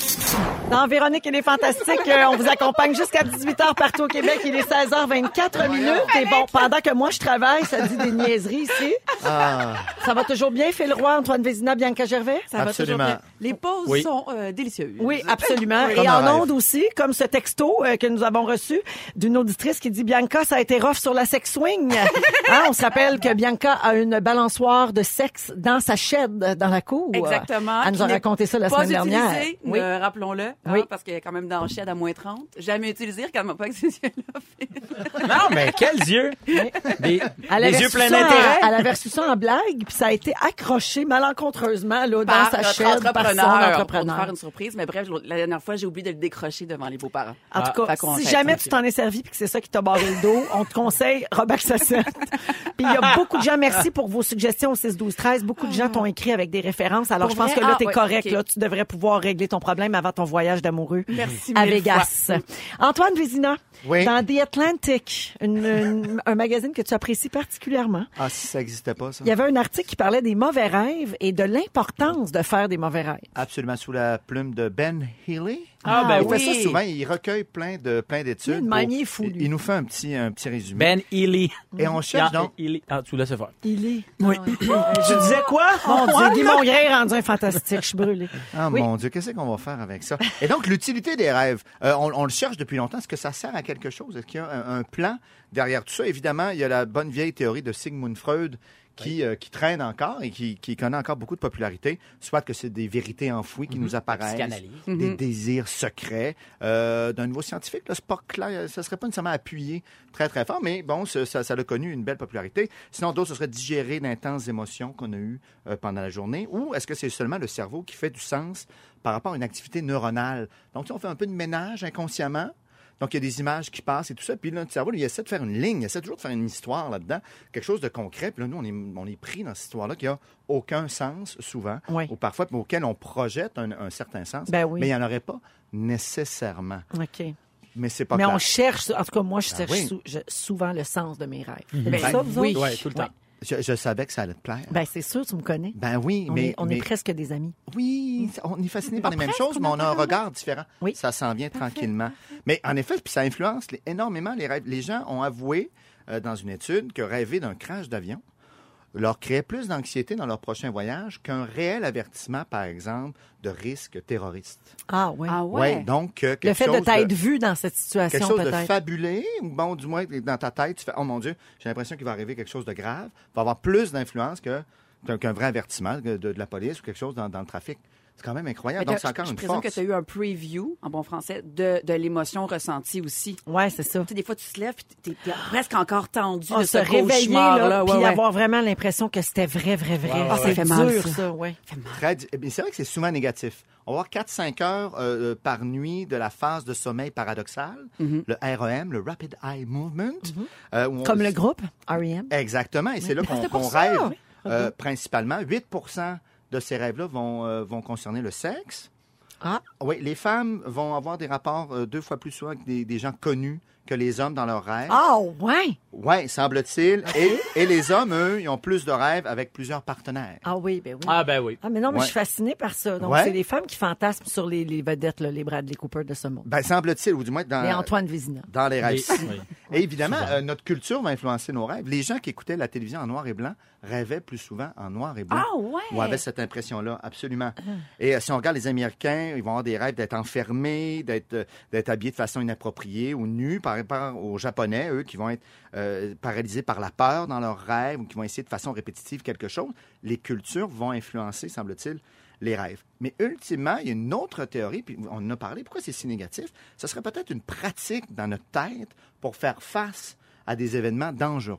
Dans Véronique et les Fantastiques, euh, on vous accompagne jusqu'à dix-huit heures partout au Québec. Il est seize heures vingt-quatre minutes. Et bon, pendant que moi je travaille, ça dit des niaiseries ici. Ah, Ça va toujours bien, Phil Roy, Antoine Vézina, Bianca Gervais? Ça va toujours Absolument. bien. Les pauses Oui. sont euh, délicieuses. Oui, absolument. Comme Et un en rêve. ondes aussi, comme ce texto euh, que nous avons reçu d'une auditrice qui dit « Bianca, ça a été rough sur la sex swing. » Hein, on se rappelle que Bianca a une balançoire de sexe dans sa shed, dans la cour. Exactement. Elle nous a Qui n'est raconté ça la pas semaine dernière. utilisé, Oui. euh, rappelons-le, hein, Oui. parce qu'elle est quand même dans le shed à moins trente. Jamais utilisé, regarde-moi pas avec ces yeux-là. Non, mais quels yeux. Des, Elle des avait yeux reçu pleins ça en- d'intérêt. Elle avait reçu ça en blague, puis ça a été accroché malencontreusement là, Par dans sa notre chaîne, par son entrepreneur, pour nous entrepreneur. faire une surprise. Mais bref, la dernière fois, j'ai oublié de le décrocher devant les beaux-parents. En tout Ah, cas, fait qu'on si fait, jamais ok. tu t'en es servi puis que c'est ça qui t'a barré le dos, on te conseille Robac Sassette. Puis il y a beaucoup de gens, merci pour vos suggestions au six douze treize. Beaucoup de gens t'ont écrit avec des références. Alors, Pour je pense vrai? que là, Ah, t'es ouais, correct. ok. Là, tu devrais pouvoir régler ton problème avant ton voyage d'amoureux Merci à mille Vegas. Antoine Vézina, Oui. dans The Atlantic, une- une- un magazine que tu apprécies particulièrement, ah, si ça n'existait pas, ça. il y avait un article qui parlait des mauvais rêves et de l'importance de faire des mauvais rêves. Absolument, sous la plume de Ben Healy. Ah, ben il fait oui. ça souvent, il recueille plein de plein d'études. Il est pour- manié fou, lui. il, il nous fait un petit un petit résumé. Ben Ely. Et on cherche Ah, donc. Ely. Ah, tu laisses faire. Il est... Oui. Tu disais quoi? Mon Dieu, Guy Mongrain est rendu un fantastique. Je suis brûlée. Ah Oui. mon Dieu, qu'est-ce qu'on va faire avec ça? Et donc, l'utilité des rêves, euh, on, on le cherche depuis longtemps. Est-ce que ça sert à quelque chose? Est-ce qu'il y a un, un plan derrière tout ça? Évidemment, il y a la bonne vieille théorie de Sigmund Freud qui, euh, qui traîne encore et qui, qui connaît encore beaucoup de popularité. Soit que c'est des vérités enfouies qui nous apparaissent, Psychanalyse. des désirs secrets. Euh, D'un niveau scientifique, là, c'est pas clair, ça serait pas nécessairement appuyé très, très fort, mais bon, ça, ça, ça a connu une belle popularité. Sinon, d'autres, ce serait digérer d'intenses émotions qu'on a eues euh, pendant la journée. Ou est-ce que c'est seulement le cerveau qui fait du sens par rapport à une activité neuronale? Donc, si on fait un peu de ménage inconsciemment, donc il y a des images qui passent et tout ça, puis là, notre cerveau, lui, il essaie de faire une ligne, il essaie toujours de faire une histoire là-dedans, quelque chose de concret, puis là, nous, on est, on est pris dans cette histoire-là qui a aucun sens, souvent, Oui. ou parfois, mais auquel on projette un, un certain sens, Ben oui. mais il n'y en aurait pas nécessairement. OK. Mais c'est pas Mais clair. on cherche, en tout cas, moi, je cherche oui. sou- je- souvent le sens de mes rêves. Ben, C'est ça, vous oui. autres? Ouais, tout le temps. Je, je savais que ça allait te plaire. Ben, c'est sûr, tu me connais. Ben oui, On, mais... est, on mais- est presque des amis. Oui, on est fasciné par Pas les mêmes presque, choses, mais on on a un regard différent. Oui. Ça s'en vient tranquillement. Mais en effet, puis ça influence les- énormément les rêves. Les gens ont avoué euh, dans une étude que rêver d'un crash d'avion leur créait plus d'anxiété dans leur prochain voyage qu'un réel avertissement, par exemple, de risque terroriste. Ah oui. Ah ouais. Ouais, donc, euh, quelque Le fait chose de t'être vu dans cette situation, quelque chose de peut-être. fabulé, ou bon, du moins, dans ta tête, tu fais, oh mon Dieu, j'ai l'impression qu'il va arriver quelque chose de grave, va avoir plus d'influence que, qu'un, qu'un vrai avertissement de, de la police ou quelque chose dans, dans le trafic. C'est quand même incroyable. Mais Donc, c'est t'as- encore je une présume force. que tu as eu un preview, en bon français, de, de l'émotion ressentie aussi. Ouais, c'est ça. Tu sais, des fois, tu te lèves et t'es, t'es presque encore tendu On de se ce réveiller, cauchemar-là. là, Ouais, puis ouais. avoir vraiment l'impression que c'était vrai, vrai, vrai. Ouais, Ah, ouais, ça ouais. fait Ça fait mal, dur, ça. ça, ouais. Très- eh bien, c'est vrai que c'est souvent négatif. On va avoir quatre à cinq heures euh, par nuit de la phase de sommeil paradoxal, Mm-hmm. le R E M, le Rapid Eye Movement. euh, où on- Comme le groupe, R E M. Exactement, et c'est là qu'on, c'était pour qu'on ça. rêve Oui. euh, principalement. huit pour cent de ces rêves-là vont, euh, vont concerner le sexe. Ah. Oui, les femmes vont avoir des rapports euh, deux fois plus souvent avec des, des gens connus que les hommes dans leurs rêves. Ah, ouais. Oui, semble-t-il. Et, et les hommes, eux, ils ont plus de rêves avec plusieurs partenaires. Ah oui, ben oui. Ah, ben oui. Ah, mais non, mais Ouais. je suis fascinée par ça. Donc, Ouais. c'est les femmes qui fantasment sur les, les vedettes, là, les Bradley Cooper de ce monde. Ben, semble-t-il, ou du moins dans, Et Antoine Vézina. dans les rêves. Les- oui. Et évidemment, Souvent. euh, notre culture va influencer nos rêves. Les gens qui écoutaient la télévision en noir et blanc rêvaient plus souvent en noir et blanc. Ah ouais. Ou avaient cette impression-là, absolument. Et euh, si on regarde les Américains, ils vont avoir des rêves d'être enfermés, d'être, euh, d'être habillés de façon inappropriée ou nus, par rapport aux Japonais, eux, qui vont être euh, paralysés par la peur dans leurs rêves ou qui vont essayer de façon répétitive quelque chose. Les cultures vont influencer, semble-t-il, les rêves. Mais ultimement, il y a une autre théorie, puis on en a parlé, pourquoi c'est si négatif? Ce serait peut-être une pratique dans notre tête pour faire face à des événements dangereux.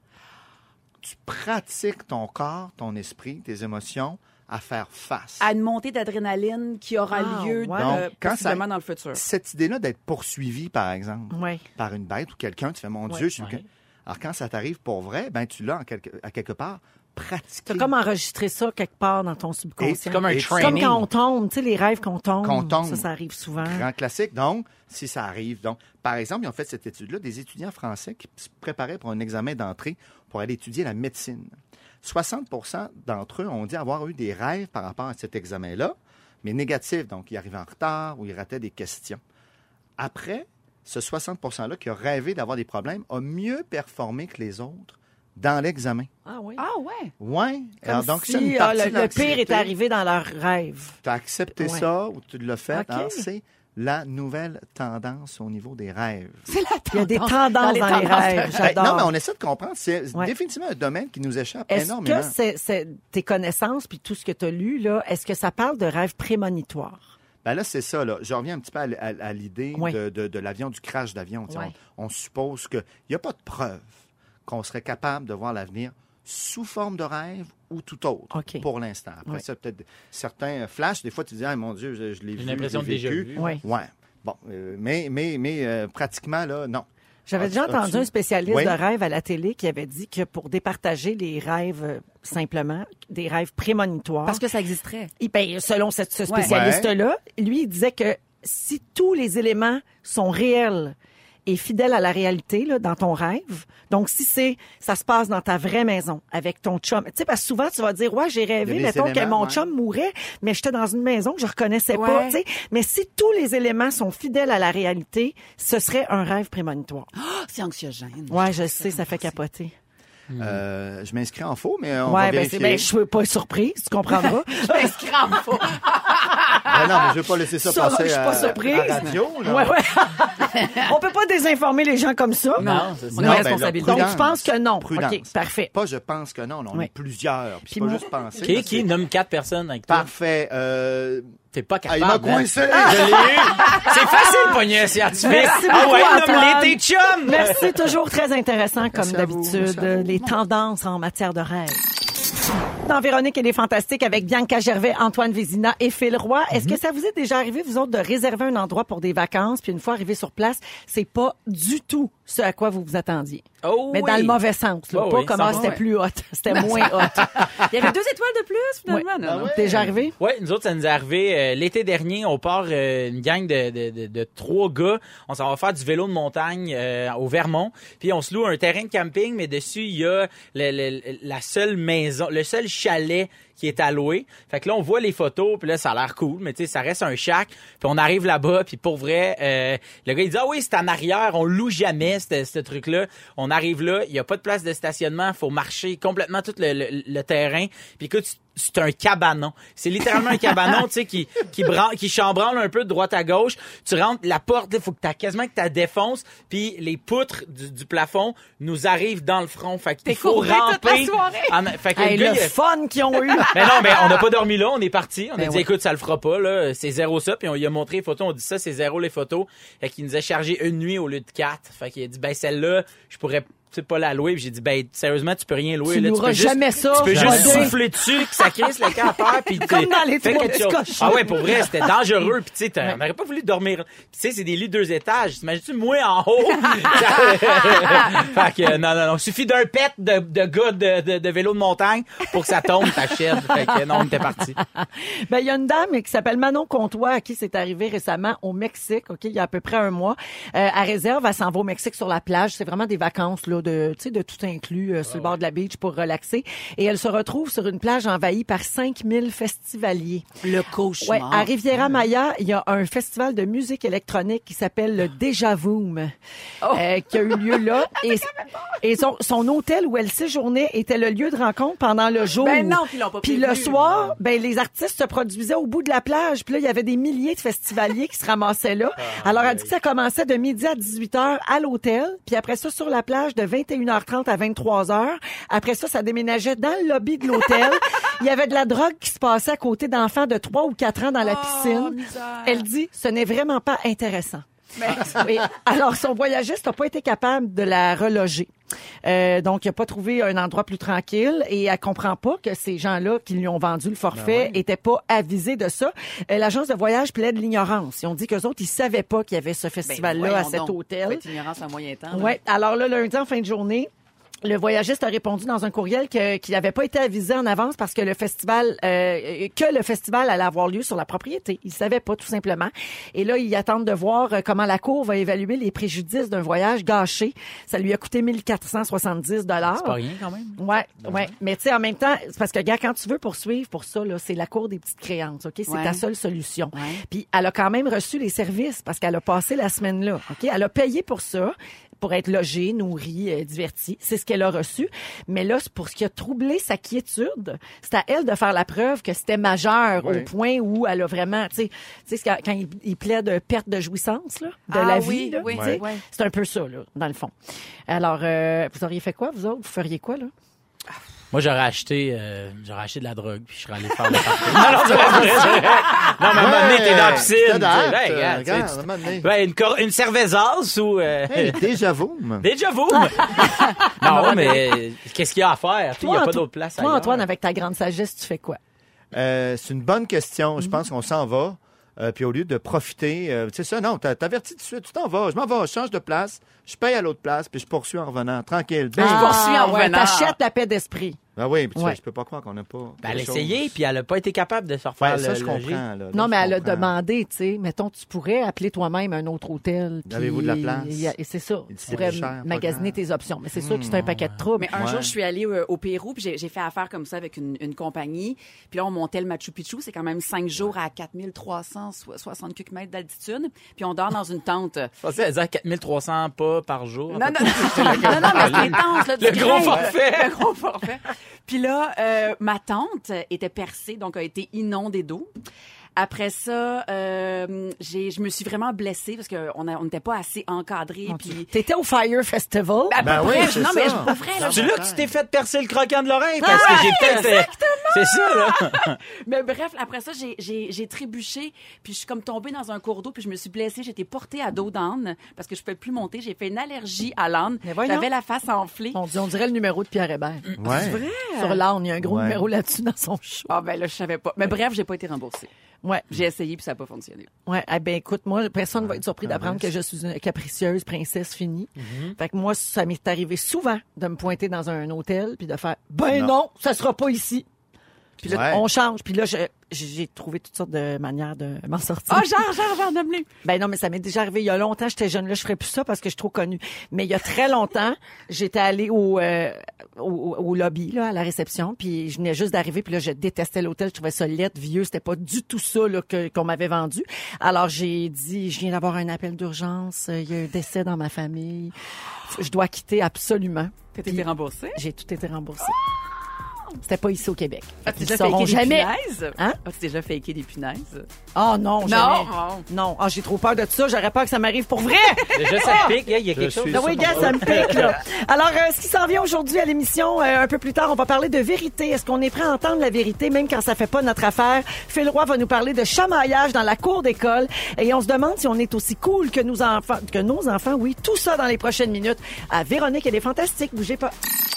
Tu pratiques ton corps, ton esprit, tes émotions à faire face. À une montée d'adrénaline qui aura Ah, lieu ouais. euh, Donc, quand possiblement ça- dans le futur. Cette idée-là d'être poursuivi, par exemple, Oui. par une bête ou quelqu'un, tu fais, mon Ouais. Dieu, je suis... Ouais. Alors, quand ça t'arrive pour vrai, ben tu l'as en quelque, à quelque part pratiqué. Tu as comme enregistré ça quelque part dans ton subconscient. C'est comme un Et- C'est comme training. quand on tombe, tu sais, les rêves qu'on tombe. Qu'on tombe. Ça, ça arrive souvent. Grand classique. Donc, si ça arrive. Donc, par exemple, ils ont fait cette étude-là, des étudiants français qui se préparaient pour un examen d'entrée pour aller étudier la médecine. soixante pour cent d'entre eux ont dit avoir eu des rêves par rapport à cet examen-là, mais négatifs. Donc, ils arrivaient en retard ou ils rataient des questions. Après, ce soixante pour cent-là qui a rêvé d'avoir des problèmes a mieux performé que les autres dans l'examen. Ah oui. Ah ouais. Oui. Comme donc, si c'est une ah, partie le, de le pire l'anxiété. est arrivé dans leur rêve. Tu as accepté Ouais. ça ou tu l'as fait. OK. Alors, c'est la nouvelle tendance au niveau des rêves. C'est la Il y a des tendance tendances dans les, tendances de rêves. rêve. Ben, J'adore. non, mais on essaie de comprendre. C'est Ouais. définitivement un domaine qui nous échappe Est-ce énormément. que c'est, c'est tes connaissances puis tout ce que tu as lu, là, est-ce que ça parle de rêves prémonitoires? Ben là, c'est ça. Là. Je reviens un petit peu à, l- à- à l'idée Oui. de, de- de l'avion, du crash d'avion. Tu sais, Oui. On, on suppose qu'il n'y a pas de preuve qu'on serait capable de voir l'avenir sous forme de rêve ou tout autre OK. pour l'instant. Après Oui. ça, peut-être certains flashs. Des fois, tu dis, ah, mon Dieu, je, je l'ai J'ai vu, l'impression je de l'ai déjà vécu. vu. Oui. Ouais. Bon, euh, mais, mais, mais euh, pratiquement, là, non. J'avais As-tu- déjà entendu as-tu- un spécialiste Oui. de rêve à la télé qui avait dit que pour départager les rêves, euh, simplement, des rêves prémonitoires, Parce que ça existerait. il- ben, selon cette- ce spécialiste-là, lui, il disait que si tous les éléments sont réels et fidèles à la réalité là, dans ton rêve, donc si c'est ça se passe dans ta vraie maison avec ton chum, tu sais, parce que souvent tu vas dire, ouais, j'ai Il y a rêvé, des mettons que éléments, mon ouais. chum mourait, mais j'étais dans une maison que je reconnaissais Ouais. pas, tu sais. Mais si tous les éléments sont fidèles à la réalité, ce serait un rêve prémonitoire. Oh, c'est anxiogène. Ouais, je sais, ça fait capoter. Euh, je m'inscris en faux, mais on va Ouais, ben, vérifier. c'est, ben, je suis pas surprise, tu comprendras. Je m'inscris en faux. Ben non, mais je ne vais pas laisser ça, Ça, passer je suis à, pas surprise. à la radio. là. Ouais, ouais. On peut pas désinformer les gens comme ça. Non, c'est ça. On Non, a ben, responsabilité. là, Donc, tu penses que non. Prudence. OK, parfait. Pas je pense que non, là, on Oui. est plusieurs. Puis Puis pas moi- juste penser. Qui, là, qui c'est- nomme quatre personnes avec toi? Parfait. Euh... T'es pas Ah, il capable. m'a hein? coincé. Je l'ai eu. C'est facile, pogner scientifique. Merci Ah beaucoup, ouais, Antoine. nomme-les tes chums. Merci, toujours très intéressant comme Merci à vous. d'habitude, Merci à vous. les tendances en matière de rêve. Dans Véronique, elle est fantastique avec Bianca Gervais, Antoine Vézina et Phil Roy. Est-ce que ça vous est déjà arrivé, vous autres, de réserver un endroit pour des vacances, puis une fois arrivé sur place, c'est pas du tout ce à quoi vous vous attendiez? Oh Mais oui. dans le mauvais sens, là. Oh pas oui, comme ça ah, va, c'était ouais. plus hot, c'était moins hot. Il y avait deux étoiles de plus, finalement. Ouais. Non, Ah non. ouais. Déjà arrivé? Ouais, nous autres, ça nous est arrivé euh, l'été dernier. On part euh, une gang de, de, de, de trois gars. On s'en va faire du vélo de montagne euh, au Vermont. Puis on se loue un terrain de camping, mais dessus, il y a le- le- la seule maison, le seul chalet qui est à louer. Fait que là, on voit les photos, puis là, ça a l'air cool, mais tu sais, ça reste un shack. Puis on arrive là-bas, puis pour vrai, euh, le gars, il dit « Ah oui, c'est en arrière, on loue jamais ce, ce truc-là. » On arrive là, il y a pas de place de stationnement, faut marcher complètement tout le, le, le terrain. Puis écoute, c'est un cabanon. C'est littéralement un cabanon, tu sais, qui qui branle, qui chambranle un peu de droite à gauche. Tu rentres, la porte, il faut que t'as quasiment que t'as défonces, puis les poutres du, du plafond nous arrivent dans le front. Fait qu'il faut ramper. En, fait que hey, le, gars, le il a... fun qu'ils ont eu. Mais non, mais on n'a pas dormi là, on est parti. On ben a dit, ouais. écoute, ça le fera pas, là. C'est zéro ça. Puis on lui a montré les photos. On dit ça, c'est zéro les photos. Fait qu'il nous a chargé une nuit au lieu de quatre. Fait qu'il a dit, ben, celle-là, je pourrais tu sais, pas la louer. Puis j'ai dit, ben, sérieusement, tu peux rien louer. Tu Là, tu peux jamais juste, ça. Tu peux juste jamais. souffler dessus, que ça crisse le camp à terre, puis comme dans les fais trois quelque petits chose. cochons. Ah ouais, pour vrai, c'était dangereux. Puis tu sais, on n'aurait pas voulu dormir. Puis tu sais, c'est des lits deux étages. T'imagines-tu, moi en haut? Fait que, non, non, non. Il suffit d'un pet de, de gars de, de, de vélo de montagne pour que ça tombe, t'achètes. Fait que non, on était parti. Ben, il y a une dame qui s'appelle Manon Comtois à qui c'est arrivé récemment au Mexique, OK, il y a à peu près un mois. Euh, à réserve, elle s'en va au Mexique sur la plage. C'est vraiment des vacances, là, de, tu sais, de tout inclus, euh, sur le bord de la beach pour relaxer. Et elle se retrouve sur une plage envahie par cinq mille festivaliers. Le cauchemar. Ouais, à Riviera-Maya, il y a un festival de musique électronique qui s'appelle le Déjà Voom, Oh. euh, qui a eu lieu là. Et, et son, son hôtel où elle séjournait était le lieu de rencontre pendant le jour. Ben non, puis ils l'ont pas Puis prévenu. le soir, ben les artistes se produisaient au bout de la plage. Puis là, il y avait des milliers de festivaliers qui se ramassaient là. Alors, elle dit que ça commençait de midi à dix-huit heures à l'hôtel. Puis après ça, sur la plage, de vingt et une heures trente à vingt-trois heures. Après ça, ça déménageait dans le lobby de l'hôtel. Il y avait de la drogue qui se passait à côté d'enfants de trois ou quatre ans dans la piscine. Oh, misère. Elle dit, ce n'est vraiment pas intéressant. Mais... Oui. Alors, son voyagiste n'a pas été capable de la reloger. Euh, donc, il n'a pas trouvé un endroit plus tranquille et elle comprend pas que ces gens-là qui lui ont vendu le forfait Ben ouais. étaient pas avisés de ça. Euh, L'agence de voyage plaide l'ignorance. Ils ont dit qu'eux autres, ils savaient pas qu'il y avait ce festival-là Ben, à voyons cet donc. hôtel. Faut être ignorance en moyen temps. Ouais. Alors là, lundi, en fin de journée, le voyagiste a répondu dans un courriel que, qu'il n'avait pas été avisé en avance parce que le festival, euh, que le festival allait avoir lieu sur la propriété. Il savait pas, tout simplement. Et là, ils attendent de voir comment la Cour va évaluer les préjudices d'un voyage gâché. Ça lui a coûté mille quatre cent soixante-dix dollars. C'est pas rien, quand même. Ouais, ouais. Mais tu sais, en même temps, c'est parce que, gars, quand tu veux poursuivre pour ça, là, c'est la Cour des petites créances, OK? C'est Ouais. ta seule solution. Ouais. Puis elle a quand même reçu les services parce qu'elle a passé la semaine là, OK? Elle a payé pour ça, pour être logée, nourrie, euh, divertie. C'est ce qu'elle a reçu. Mais là, c'est pour ce qui a troublé sa quiétude, c'est à elle de faire la preuve que c'était majeur Oui. au point où elle a vraiment, tu sais, tu sais, quand il, il plaide perte de jouissance, là, de Ah la oui, vie, là, oui, tu sais, ouais. c'est un peu ça, là, dans le fond. Alors, euh, vous auriez fait quoi, vous autres? Vous feriez quoi, là? Moi, j'aurais acheté, euh, j'aurais acheté de la drogue, puis je serais allé faire le party. Non, non, c'est vrai, c'est vrai. Non, mais à un moment donné, t'es dans la piscine. c'est tu sais, date, ben, euh, regarde, tu sais, regarde, tu- à un moment donné. ben, une, cor- une cervezasse ou... Euh, Hey, déjà vous. Déjà vous! Non, mais qu'est-ce qu'il y a à faire? Il n'y a pas Anto- d'autre place Toi, ailleurs. Antoine, avec ta grande sagesse, tu fais quoi? Euh, c'est une bonne question. Je pense qu'on s'en va. Euh, puis au lieu de profiter, euh, tu sais ça, non, t'as- t'avertis tout de suite, tu t'en vas, je m'en vais, je change de place, je paye à l'autre place, puis je poursuis en revenant, tranquille. Ben, Je poursuis en ouais, revenant. T'achètes la paix d'esprit. ben oui, puis tu Ouais. sais, je peux pas croire qu'on n'a pas. Ben, elle a quelque chose. essayé, puis elle n'a pas été capable de se refaire Ouais, ça, le je loger. comprends. Là, Là, Non, je mais elle a comprends. demandé, tu sais, mettons, tu pourrais appeler toi-même un autre hôtel. puis- Avez-vous de la place? il y a- Et c'est ça. Il dit, Tu c'est pourrais plus cher, pas magasiner grave. tes options. Mais c'est sûr que c'est un paquet de troubles. Mais un Ouais. jour, je suis allée euh, au Pérou, puis j'ai, j'ai fait affaire comme ça avec une, une compagnie. Puis là, on montait le Machu Picchu. C'est quand même cinq jours à quatre mille trois cent soixante quelques mètres d'altitude. Puis on dort dans une tente. Je pensais, elle disait quatre mille trois cents pas par jour. Non, non, non, non, non, mais c'est intense, là, du Le gros grimpe. forfait. Le gros forfait. Puis là, euh, ma tente était percée, donc a été inondée d'eau. Après ça, euh, j'ai, je me suis vraiment blessée parce qu'on on n'était pas assez encadrés. Puis T'étais au Fire Festival. à peu Ben oui, près, c'est non, ça. mais je pas vrai, là. C'est là que tu t'es fait percer le croquant de l'oreille, parce que j'ai peut-être... euh, C'est ça, là. Mais bref, après ça, j'ai, j'ai, j'ai trébuché, puis je suis comme tombée dans un cours d'eau, puis je me suis blessée. J'ai été portée à dos d'âne parce que je pouvais plus monter. J'ai fait une allergie à l'âne. Mais voyons. J'avais la face enflée. On, dit- on dirait le numéro de Pierre Hébert. Ouais. Sur l'âne, il y a un gros Ouais. numéro là-dessus dans son show. Ah ben là, je savais pas. Mais bref, j'ai pas été remboursée. Ouais. J'ai essayé, puis ça n'a pas fonctionné. Ouais, eh ben écoute, moi, personne ne va être surpris d'apprendre que je suis une capricieuse princesse finie. Fait que moi, ça m'est arrivé souvent de me pointer dans un hôtel puis de faire « Ben non, Non. ça sera pas ici. » Puis là, Ouais. on change. Puis là, je- j'ai trouvé toutes sortes de manières de m'en sortir. Ah, genre, genre, genre, nomme-les. Ben non, mais ça m'est déjà arrivé il y a longtemps. J'étais jeune, là, je ferais plus ça parce que je suis trop connue. Mais il y a très longtemps, j'étais allée au, euh, au, au lobby, là, à la réception, puis je venais juste d'arriver, puis là, je détestais l'hôtel. Je trouvais ça laid, vieux. C'était pas du tout ça là, que, qu'on m'avait vendu. Alors, j'ai dit, je viens d'avoir un appel d'urgence. Il y a un décès dans ma famille. Je dois quitter absolument. T'as été Puis remboursé? J'ai tout été remboursé. C'était pas ici au Québec. As-tu Ils déjà sauront faké des jamais. punaises? Hein? As-tu déjà faké des punaises? Oh non, jamais. Non. Non. Ah, j'ai trop peur de ça. J'aurais peur que ça m'arrive pour vrai. Déjà, ça te pique, hein, il y a quelque Je chose. suis Ah oui, gars, ça me pique, là. Alors, euh, ce qui s'en vient aujourd'hui à l'émission, euh, un peu plus tard, on va parler de vérité. Est-ce qu'on est prêt à entendre la vérité, même quand ça fait pas notre affaire? Phil Roy va nous parler de chamaillage dans la cour d'école. Et on se demande si on est aussi cool que nos enfants, que nos enfants, oui. Tout ça dans les prochaines minutes. À Véronique, elle est fantastique. Bougez pas.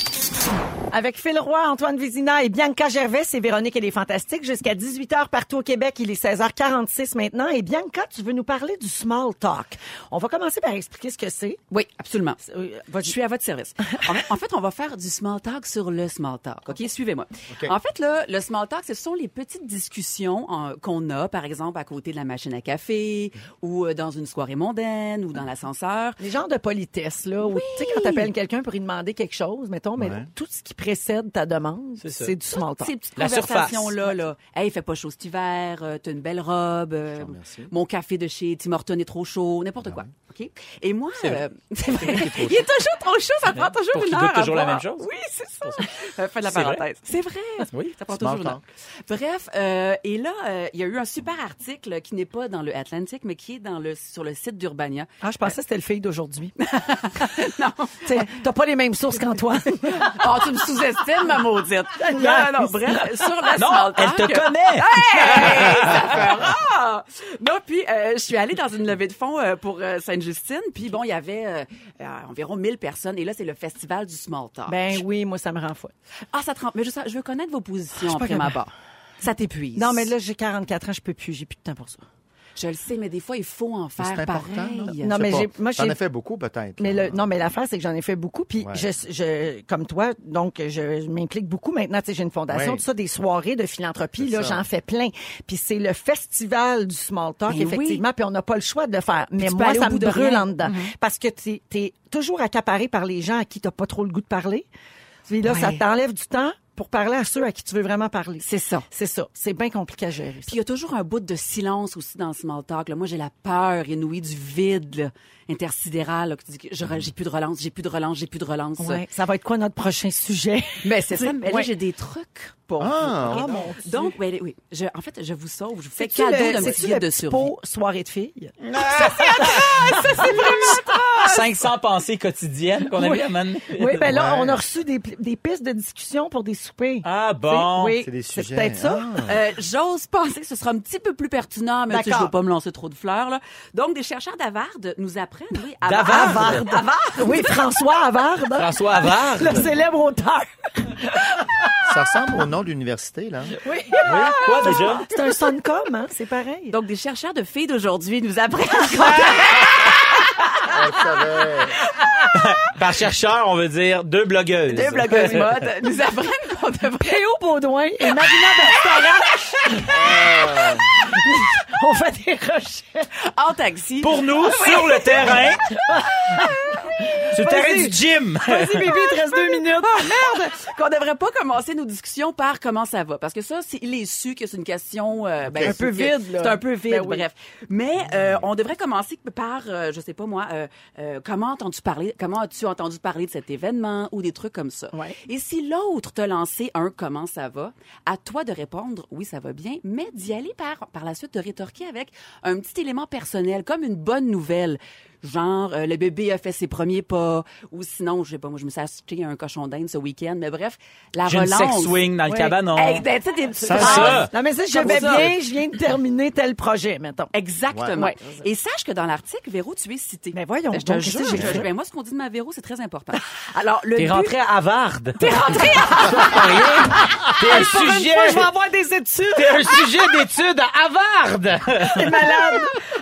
Avec Phil Roy, Antoine Vézina et Bianca Gervais, c'est Véronique, elle est fantastique. Jusqu'à dix-huit heures partout au Québec, il est seize heures quarante-six maintenant. Et Bianca, tu veux nous parler du small talk. On va commencer par expliquer ce que c'est. Oui, absolument. Euh, Je suis à votre service. En fait, en fait, on va faire du small talk sur le small talk. OK, suivez-moi. En fait, là, le small talk, ce sont les petites discussions euh, qu'on a, par exemple, à côté de la machine à café ou euh, dans une soirée mondaine ou dans l'ascenseur. Les genres de politesse, là, où, tu sais, quand t'appelles quelqu'un pour lui demander quelque chose, mettons, mais Ouais. tout ce qui précède ta demande, C'est ça. c'est du small talk. Ces petites La conversations-là, là. Hey, il fait pas chaud cet hiver, euh, t'as une belle robe, euh, Je te remercie. mon café de chez Tim Hortons est trop chaud, n'importe quoi. OK? Et moi, C'est vrai. euh, c'est vrai. Il est toujours trop chaud, ça prend toujours Pour une qu'il heure. goûte à toujours la boire. même chose. Oui, c'est ça. Euh, Fais de la C'est vrai. parenthèse. C'est vrai. Oui. Ça prend Small toujours une heure. Bref, euh, et là, euh, il y a eu un super article qui n'est pas dans le Atlantic, mais qui est dans le, sur le site d'Urbania. Ah, je pensais que c'était le fille d'aujourd'hui. Non. T'sais, t'as pas les mêmes sources qu'Antoine. Oh, tu me sous-estimes, ma maudite. Non, non, non. Bref, sur le Non, small elle talk- te connaît! Hey, ça fera! Non, puis euh, je suis allée dans une levée de fonds euh, pour euh, Sainte-Justine, puis bon, il y avait euh, euh, environ mille personnes, et là, c'est le festival du small talk. Ben oui, moi, ça me rend folle. Ah, ça te rend... Mais je, sais- je veux connaître vos positions suis pas après ma capable. barre. Ça t'épuise. Non, mais là, j'ai quarante-quatre ans, je peux plus, j'ai plus de temps pour ça. Je le sais, mais des fois, il faut en C'est faire important, pareil. là. Non, Je mais sais j'ai- pas. moi, T'en j'ai- as fait beaucoup, peut-être. Mais là. le, non, mais l'affaire, c'est que j'en ai fait beaucoup. Puis, Ouais. je, je, comme toi, donc, je, je m'implique beaucoup maintenant. Tu sais, j'ai une fondation, Ouais. tout ça, des soirées de philanthropie. C'est Là, ça. j'en fais plein. Puis, c'est le festival du small talk, Mais oui. effectivement. Puis, on n'a pas le choix de le faire. Mais tu peux moi, aller au ça bout me de brûle rien. en dedans. Parce que tu es toujours accaparé par les gens à qui tu pas trop le goût de parler. Puis là, Ouais. ça t'enlève du temps pour parler à ceux à qui tu veux vraiment parler. C'est ça. C'est ça. C'est bien compliqué à gérer. ça. Puis il y a toujours un bout de silence aussi dans le small talk. Là. Moi, j'ai la peur inouïe du vide là, intersidéral. Là, que tu dis que je- j'ai plus de relance, j'ai plus de relance, j'ai plus de relance. Ouais. Ça va être quoi notre prochain sujet? Mais c'est ça. Mais là, Ouais. j'ai des trucs pour Ah, vous. Ah, OK? mon Dieu. Donc, oui, oui. Je, en fait, je vous sauve. Je vous fais C'est-tu cadeau le- d'un c'est-tu petit guide le de survie. pot soirée de filles? cinq cents pensées quotidiennes qu'on a Oui. mis à man. Oui, ben là, Ouais. on a reçu des, des pistes de discussion pour des soupers. Ah bon? Oui, C'est des c'est sujets. peut-être ça. Ah. Euh, J'ose penser que ce sera un petit peu plus pertinent, mais tu sais, je D'accord. veux pas me lancer trop de fleurs. Là. Donc, des chercheurs d'Harvard nous apprennent, oui, D'Harvard? Harvard. Oui, François Havard, hein, François Havard. le célèbre auteur. Ça ressemble au nom de l'université, là. Oui. Oui, quoi déjà? C'est un Suncom, hein? C'est pareil. Donc, des chercheurs de filles d'aujourd'hui nous apprennent On le savait. Par chercheur, on veut dire deux blogueuses. deux blogueuses mode nous apprennent qu'on devrait... Théo Baudouin et Marina Bertara. On fait des recherches. en taxi. Pour nous, sur le terrain. Sur le terrain Vas-y. du gym. Vas-y, bébé, il te reste deux minutes. Ah, merde! Qu'on devrait pas commencer nos discussions par comment ça va. Parce que ça, c'est, il est su que c'est une question... euh, ben, Un peu c'est- vide, là. C'est un peu vide, Ben oui. bref. Mais euh, on devrait commencer par, euh, je sais pas moi, euh, euh, comment entends-tu parler, comment as-tu entendu parler de cet événement ou des trucs comme ça. Ouais. Et si l'autre t'a lancé un « comment ça va », à toi de répondre « oui, ça va bien », mais d'y aller par, par la suite de rétorquer avec un petit élément personnel, comme une bonne nouvelle. Genre, euh, le bébé a fait ses premiers pas, ou sinon, je sais pas, moi, je me suis acheté un cochon d'Inde ce week-end, mais bref, la J'ai une relance. sex swing dans le Oui. cabanon. Hey, ben, tu sais, des petites Ça, phrases. ça. Non, mais ça, je Comme vais ça. bien, je viens de terminer tel projet, mettons. Exactement. Ouais. Et sache que dans l'article, Véro, tu es cité. Ben voyons Ben, je te donc, jure, qu'est-ce que j'ai je- fait? ben, moi, ce qu'on dit de ma Véro, c'est très important. Alors, le T'es but... rentré à Harvard. T'es rentré à Harvard. T'es un Pour une sujet. fois, je vais avoir des études. T'es un sujet d'études à Harvard. T'es malade.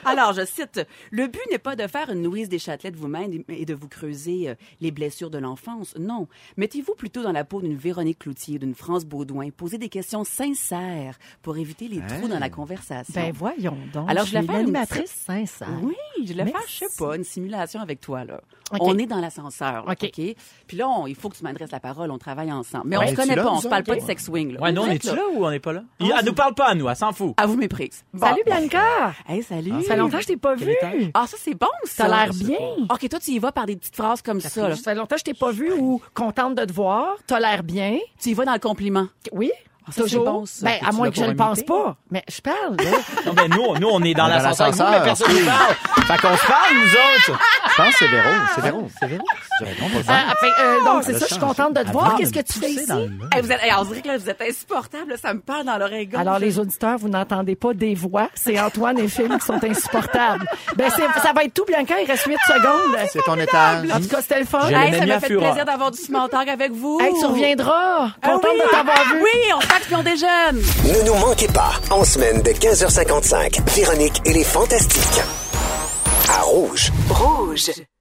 Alors, je cite, « Le but n'est pas de faire une Louise Deschâtelet de vous-même et de vous creuser euh, les blessures de l'enfance. Non. Mettez-vous plutôt dans la peau d'une Véronique Cloutier, d'une France Baudouin. Posez des questions sincères pour éviter les trous Hey. dans la conversation. » Ben voyons donc. Alors, je vais suis faire une l'animatrice sincère. Oui, je vais faire, Merci. je sais pas, une simulation avec toi, là. OK. On est dans l'ascenseur, là, OK. OK? Puis là, on- il faut que tu m'adresses la parole, on travaille ensemble. Mais Ouais, on se es-tu connaît là, pas, on nous se parle autres? pas de OK. sex swing, là. Ouais, nous, on Vous êtes est-tu là? là ou on n'est pas là? Elle elle nous parle pas à nous, elle s'en fout. À vous méprise. Bon. Salut, Bianca! Hey, salut. Ça fait longtemps que je t'ai pas vu. Ah, ça, c'est bon, ça. T'as l'air bien. OK, toi, tu y vas par des petites phrases comme ça, là. Ça fait longtemps que je t'ai pas vu ou contente de te voir. T'as l'air bien. Tu y vas dans le compliment. Oui. Ah, ça, c'est Toujours. bon, ça. Ben, à Tu moins l'as que je pour le pense imiter? pas. Mais je parle, là. Non, ben nous, nous, on est dans On est dans l'ascenseur avec vous, mais l'ascenseur. personne nous parle. Fait qu'on se parle, nous autres. Je pense que c'est Véro. C'est Véro. C'est Véro. Je réponds pas ça. Ah, fait, euh, donc, c'est Le ça, je suis change. contente de te voir. Avant Qu'est-ce de que tu fais pousser ici? dans le mur. Hey, vous êtes, hey, on dirait que là, vous êtes insupportable, là, ça me parle dans l'oreille gauche. Alors, les auditeurs, vous n'entendez pas des voix. C'est Antoine et Phil qui sont insupportables. Ben, c'est, ça va être tout, Bianca. Il reste huit secondes. C'est ton étage. En tout cas, c'était le fun. Je Hey, l'ai ça mis m'a à fait fureur. plaisir d'avoir du small talk avec vous. Hey, tu reviendras. Ah Contente oui. de t'avoir Ah, vu. Oui, on se puis on déjeune. Ne nous manquez pas, en semaine de quinze heures cinquante-cinq, Véronique et les Fantastiques. À Rouge. Rouge.